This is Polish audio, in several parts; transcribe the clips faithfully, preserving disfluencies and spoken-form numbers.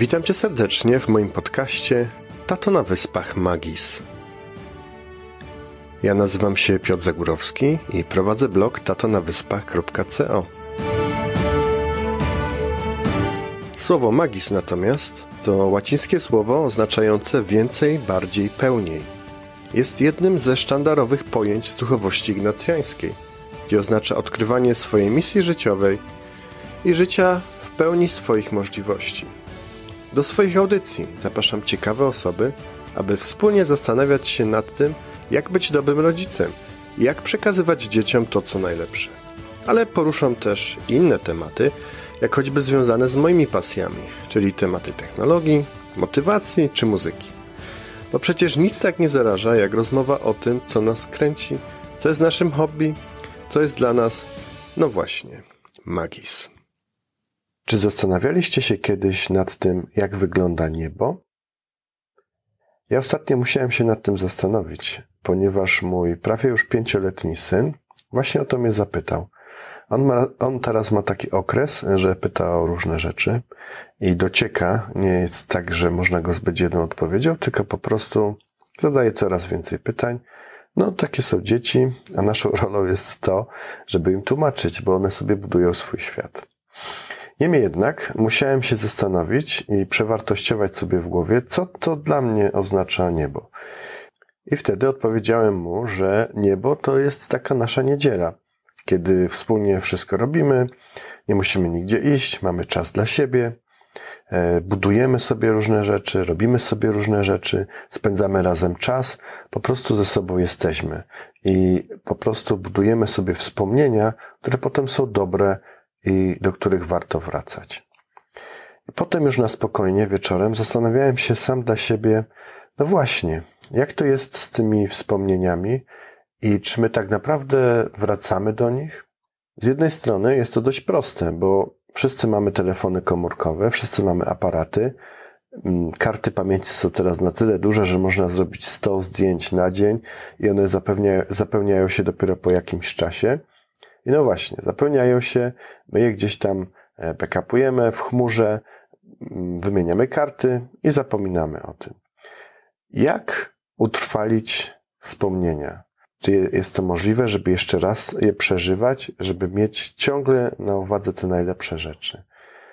Witam Cię serdecznie w moim podcaście Tato na Wyspach Magis. Ja nazywam się Piotr Zagórowski i prowadzę blog tato na wyspach kropka co. Słowo magis natomiast to łacińskie słowo oznaczające więcej, bardziej, pełniej. Jest jednym ze sztandarowych pojęć z duchowości ignacjańskiej, gdzie oznacza odkrywanie swojej misji życiowej i życia w pełni swoich możliwości. Do swoich audycji zapraszam ciekawe osoby, aby wspólnie zastanawiać się nad tym, jak być dobrym rodzicem i jak przekazywać dzieciom to, co najlepsze. Ale poruszam też inne tematy, jak choćby związane z moimi pasjami, czyli tematy technologii, motywacji czy muzyki. Bo przecież nic tak nie zaraża, jak rozmowa o tym, co nas kręci, co jest naszym hobby, co jest dla nas, no właśnie, magis. Czy zastanawialiście się kiedyś nad tym, jak wygląda niebo? Ja ostatnio musiałem się nad tym zastanowić, ponieważ mój prawie już pięcioletni syn właśnie o to mnie zapytał. On, ma, on teraz ma taki okres, że pyta o różne rzeczy i docieka. Nie jest tak, że można go zbyć jedną odpowiedzią, tylko po prostu zadaje coraz więcej pytań. No, takie są dzieci, a naszą rolą jest to, żeby im tłumaczyć, bo one sobie budują swój świat. Niemniej jednak musiałem się zastanowić i przewartościować sobie w głowie, co to dla mnie oznacza niebo. I wtedy odpowiedziałem mu, że niebo to jest taka nasza niedziela, kiedy wspólnie wszystko robimy, nie musimy nigdzie iść, mamy czas dla siebie, budujemy sobie różne rzeczy, robimy sobie różne rzeczy, spędzamy razem czas, po prostu ze sobą jesteśmy i po prostu budujemy sobie wspomnienia, które potem są dobre i do których warto wracać. I potem już na spokojnie wieczorem zastanawiałem się sam dla siebie, no właśnie, jak to jest z tymi wspomnieniami i czy my tak naprawdę wracamy do nich? Z jednej strony jest to dość proste, bo wszyscy mamy telefony komórkowe, wszyscy mamy aparaty, karty pamięci są teraz na tyle duże, że można zrobić sto zdjęć na dzień i one zapełniają, zapełniają się dopiero po jakimś czasie. I no właśnie, zapełniają się, my je gdzieś tam backupujemy w chmurze, wymieniamy karty i zapominamy o tym. Jak utrwalić wspomnienia? Czy jest to możliwe, żeby jeszcze raz je przeżywać, żeby mieć ciągle na uwadze te najlepsze rzeczy?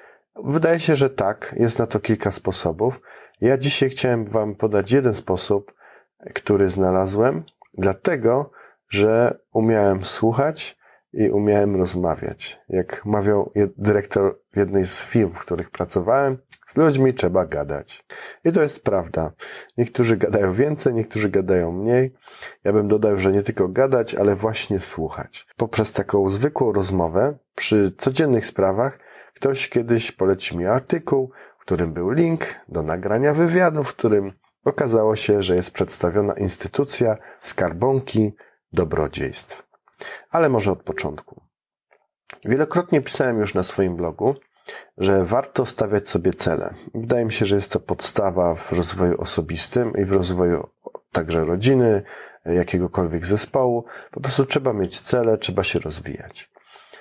Wydaje się, że tak, jest na to kilka sposobów. Ja dzisiaj chciałem Wam podać jeden sposób, który znalazłem, dlatego, że umiałem słuchać i umiałem rozmawiać. Jak mawiał dyrektor jednej z firm, w których pracowałem, z ludźmi trzeba gadać. I to jest prawda. Niektórzy gadają więcej, niektórzy gadają mniej. Ja bym dodał, że nie tylko gadać, ale właśnie słuchać. Poprzez taką zwykłą rozmowę, przy codziennych sprawach, ktoś kiedyś polecił mi artykuł, w którym był link do nagrania wywiadu, w którym okazało się, że jest przedstawiona instytucja skarbonki dobrodziejstw. Ale może od początku. Wielokrotnie pisałem już na swoim blogu, że warto stawiać sobie cele. Wydaje mi się, że jest to podstawa w rozwoju osobistym i w rozwoju także rodziny, jakiegokolwiek zespołu. Po prostu trzeba mieć cele, trzeba się rozwijać.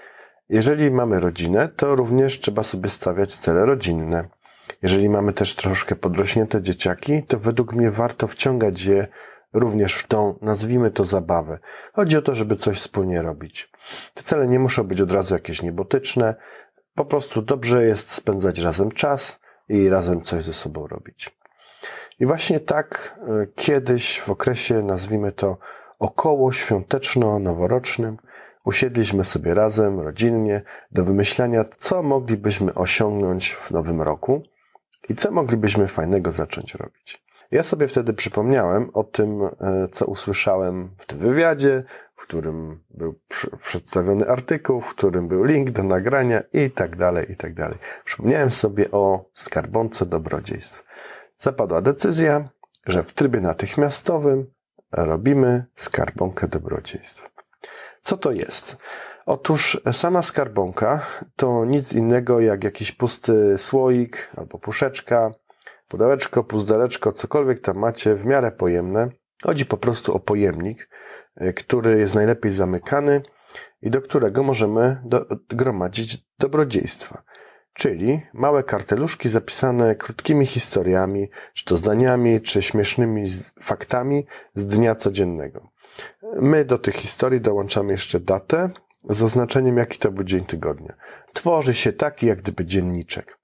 Jeżeli mamy rodzinę, to również trzeba sobie stawiać cele rodzinne. Jeżeli mamy też troszkę podrośnięte dzieciaki, to według mnie warto wciągać je również w tą, nazwijmy to, zabawę. Chodzi o to, żeby coś wspólnie robić. Te cele nie muszą być od razu jakieś niebotyczne. Po prostu dobrze jest spędzać razem czas i razem coś ze sobą robić. I właśnie tak kiedyś w okresie, nazwijmy to, około świąteczno-noworocznym usiedliśmy sobie razem, rodzinnie, do wymyślania, co moglibyśmy osiągnąć w nowym roku i co moglibyśmy fajnego zacząć robić. Ja sobie wtedy przypomniałem o tym, co usłyszałem w tym wywiadzie, w którym był przedstawiony artykuł, w którym był link do nagrania i tak dalej, i tak dalej. Przypomniałem sobie o skarbonce dobrodziejstw. Zapadła decyzja, że w trybie natychmiastowym robimy skarbonkę dobrodziejstw. Co to jest? Otóż sama skarbonka to nic innego jak jakiś pusty słoik albo puszeczka, pudełeczko, puzdereczko, cokolwiek tam macie, w miarę pojemne. Chodzi po prostu o pojemnik, który jest najlepiej zamykany i do którego możemy do, gromadzić dobrodziejstwa. Czyli małe karteluszki zapisane krótkimi historiami, czy to zdaniami, czy śmiesznymi faktami z dnia codziennego. My do tych historii dołączamy jeszcze datę z oznaczeniem, jaki to był dzień tygodnia. Tworzy się taki jak gdyby dzienniczek.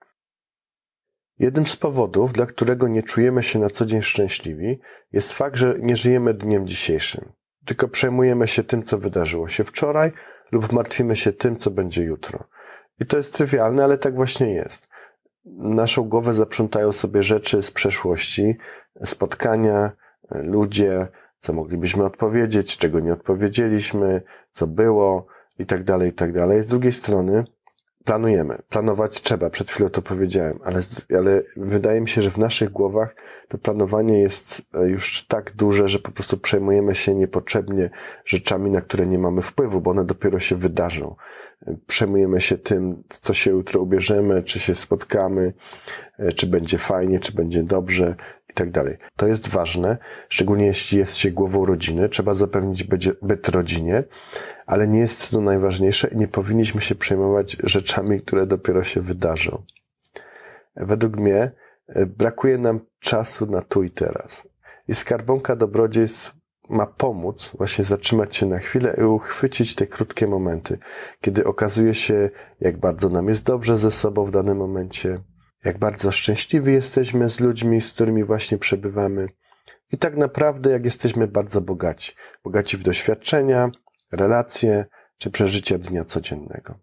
Jednym z powodów, dla którego nie czujemy się na co dzień szczęśliwi, jest fakt, że nie żyjemy dniem dzisiejszym. Tylko przejmujemy się tym, co wydarzyło się wczoraj, lub martwimy się tym, co będzie jutro. I to jest trywialne, ale tak właśnie jest. Naszą głowę zaprzątają sobie rzeczy z przeszłości, spotkania, ludzie, co moglibyśmy odpowiedzieć, czego nie odpowiedzieliśmy, co było i tak dalej, i tak dalej. Z drugiej strony planujemy. Planować trzeba, przed chwilą to powiedziałem, ale, ale wydaje mi się, że w naszych głowach to planowanie jest już tak duże, że po prostu przejmujemy się niepotrzebnie rzeczami, na które nie mamy wpływu, bo one dopiero się wydarzą. Przejmujemy się tym, co się jutro ubierzemy, czy się spotkamy, czy będzie fajnie, czy będzie dobrze i tak dalej. To jest ważne, szczególnie jeśli jest się głową rodziny. Trzeba zapewnić byt rodzinie, ale nie jest to najważniejsze i nie powinniśmy się przejmować rzeczami, które dopiero się wydarzą. Według mnie brakuje nam czasu na tu i teraz. I skarbonka dobrodziejstw ma pomóc właśnie zatrzymać się na chwilę i uchwycić te krótkie momenty, kiedy okazuje się, jak bardzo nam jest dobrze ze sobą w danym momencie, jak bardzo szczęśliwi jesteśmy z ludźmi, z którymi właśnie przebywamy i tak naprawdę jak jesteśmy bardzo bogaci. Bogaci w doświadczenia, relacje czy przeżycia dnia codziennego.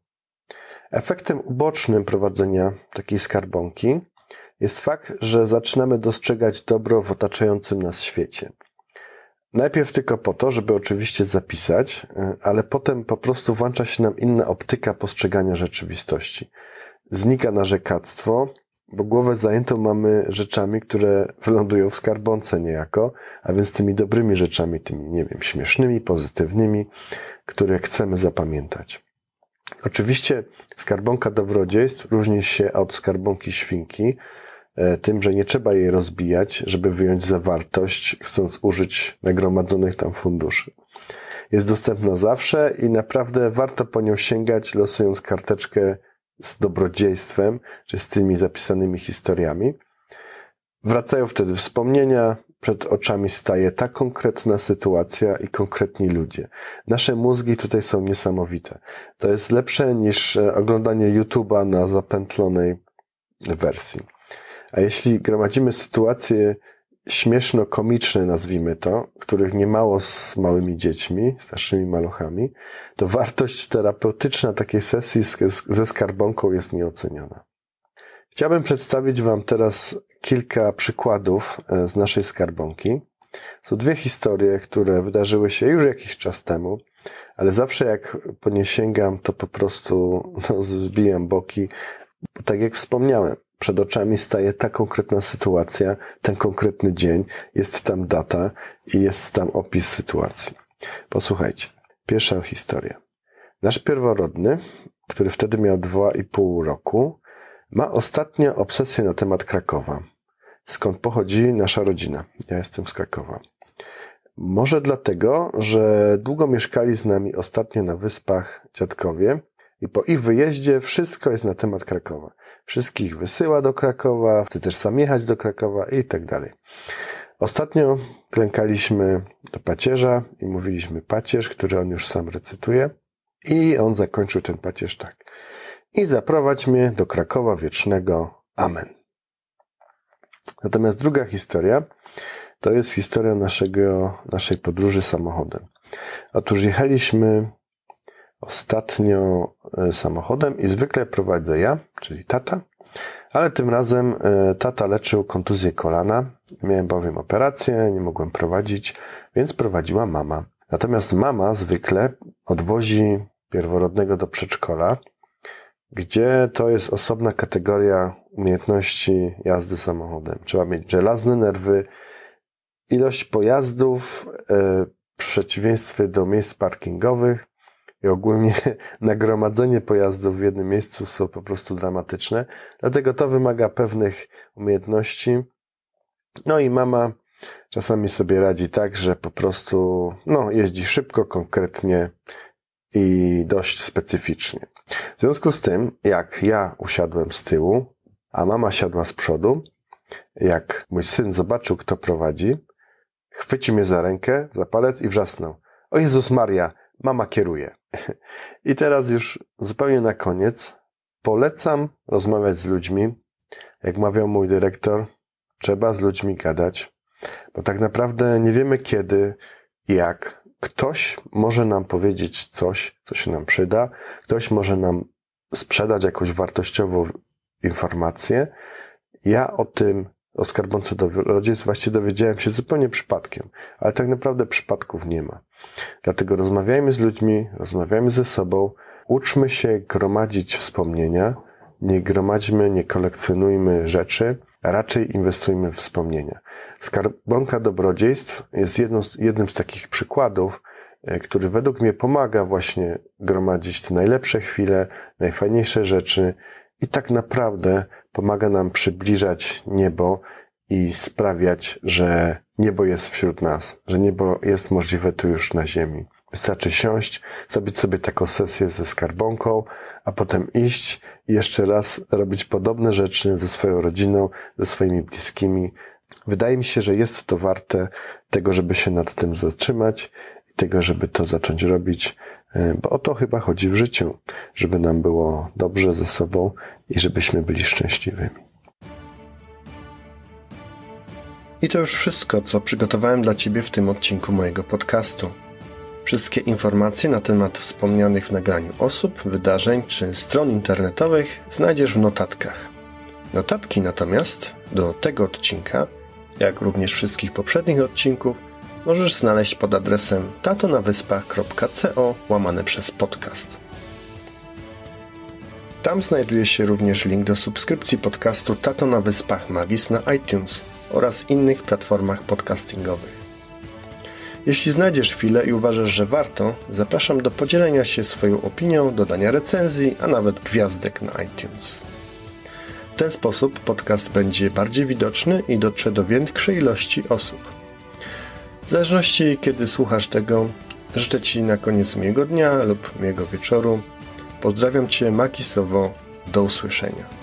Efektem ubocznym prowadzenia takiej skarbonki jest fakt, że zaczynamy dostrzegać dobro w otaczającym nas świecie. Najpierw tylko po to, żeby oczywiście zapisać, ale potem po prostu włącza się nam inna optyka postrzegania rzeczywistości. Znika narzekactwo, bo głowę zajętą mamy rzeczami, które wylądują w skarbonce niejako, a więc tymi dobrymi rzeczami, tymi, nie wiem, śmiesznymi, pozytywnymi, które chcemy zapamiętać. Oczywiście skarbonka dobrodziejstw różni się od skarbonki świnki tym, że nie trzeba jej rozbijać, żeby wyjąć zawartość, chcąc użyć nagromadzonych tam funduszy. Jest dostępna zawsze i naprawdę warto po nią sięgać, losując karteczkę z dobrodziejstwem, czy z tymi zapisanymi historiami. Wracają wtedy wspomnienia, przed oczami staje ta konkretna sytuacja i konkretni ludzie. Nasze mózgi tutaj są niesamowite. To jest lepsze niż oglądanie YouTube'a na zapętlonej wersji. A jeśli gromadzimy sytuacje śmieszno-komiczne, nazwijmy to, których niemało z małymi dziećmi, z naszymi maluchami, to wartość terapeutyczna takiej sesji ze skarbonką jest nieoceniona. Chciałbym przedstawić Wam teraz kilka przykładów z naszej skarbonki. Są dwie historie, które wydarzyły się już jakiś czas temu, ale zawsze jak po nie sięgam, to po prostu no, zbijam boki, bo tak jak wspomniałem, przed oczami staje ta konkretna sytuacja, ten konkretny dzień, jest tam data i jest tam opis sytuacji. Posłuchajcie. Pierwsza historia. Nasz pierworodny, który wtedy miał dwa i pół roku, ma ostatnio obsesję na temat Krakowa. Skąd pochodzi nasza rodzina? Ja jestem z Krakowa. Może dlatego, że długo mieszkali z nami ostatnio na Wyspach dziadkowie i po ich wyjeździe wszystko jest na temat Krakowa. Wszystkich wysyła do Krakowa, chce też sam jechać do Krakowa i tak dalej. Ostatnio klękaliśmy do pacierza i mówiliśmy pacierz, który on już sam recytuje i on zakończył ten pacierz tak. I zaprowadź mnie do Krakowa wiecznego. Amen. Natomiast druga historia to jest historia naszego, naszej podróży samochodem. Otóż jechaliśmy ostatnio samochodem i zwykle prowadzę ja, czyli tata, ale tym razem tata leczył kontuzję kolana. Miałem bowiem operację, nie mogłem prowadzić, więc prowadziła mama. Natomiast mama zwykle odwozi pierworodnego do przedszkola, gdzie to jest osobna kategoria umiejętności jazdy samochodem. Trzeba mieć żelazne nerwy, ilość pojazdów w przeciwieństwie do miejsc parkingowych i ogólnie nagromadzenie pojazdów w jednym miejscu są po prostu dramatyczne. Dlatego to wymaga pewnych umiejętności. No i mama czasami sobie radzi tak, że po prostu no, jeździ szybko, konkretnie i dość specyficznie. W związku z tym, jak ja usiadłem z tyłu, a mama siadła z przodu, jak mój syn zobaczył, kto prowadzi, chwycił mnie za rękę, za palec i wrzasnął: o Jezus Maria, mama kieruje. I teraz już zupełnie na koniec polecam rozmawiać z ludźmi. Jak mawiał mój dyrektor, trzeba z ludźmi gadać, bo tak naprawdę nie wiemy kiedy i jak. Ktoś może nam powiedzieć coś, co się nam przyda, ktoś może nam sprzedać jakąś wartościową informację. Ja o tym, o skarbonce dobrodziejstw właściwie dowiedziałem się zupełnie przypadkiem, ale tak naprawdę przypadków nie ma. Dlatego rozmawiajmy z ludźmi, rozmawiajmy ze sobą, uczmy się gromadzić wspomnienia, nie gromadźmy, nie kolekcjonujmy rzeczy, a raczej inwestujmy w wspomnienia. Skarbonka dobrodziejstw jest jedną z, jednym z takich przykładów, który według mnie pomaga właśnie gromadzić te najlepsze chwile, najfajniejsze rzeczy i tak naprawdę pomaga nam przybliżać niebo i sprawiać, że niebo jest wśród nas, że niebo jest możliwe tu już na ziemi. Wystarczy siąść, zrobić sobie taką sesję ze skarbonką, a potem iść i jeszcze raz robić podobne rzeczy ze swoją rodziną, ze swoimi bliskimi. Wydaje mi się, że jest to warte tego, żeby się nad tym zatrzymać i tego, żeby to zacząć robić, bo o to chyba chodzi w życiu, żeby nam było dobrze ze sobą i żebyśmy byli szczęśliwymi. I to już wszystko, co przygotowałem dla Ciebie w tym odcinku mojego podcastu. Wszystkie informacje na temat wspomnianych w nagraniu osób, wydarzeń czy stron internetowych znajdziesz w notatkach. Notatki natomiast do tego odcinka, jak również wszystkich poprzednich odcinków, możesz znaleźć pod adresem tatonawyspach kropka co łamane przez podcast. Tam znajduje się również link do subskrypcji podcastu Tato na Wyspach Magis na iTunes oraz innych platformach podcastingowych. Jeśli znajdziesz chwilę i uważasz, że warto, zapraszam do podzielenia się swoją opinią, dodania recenzji, a nawet gwiazdek na iTunes. W ten sposób podcast będzie bardziej widoczny i dotrze do większej ilości osób. W zależności kiedy słuchasz tego, życzę Ci na koniec miłego dnia lub miłego wieczoru. Pozdrawiam Cię magisowo. Do usłyszenia.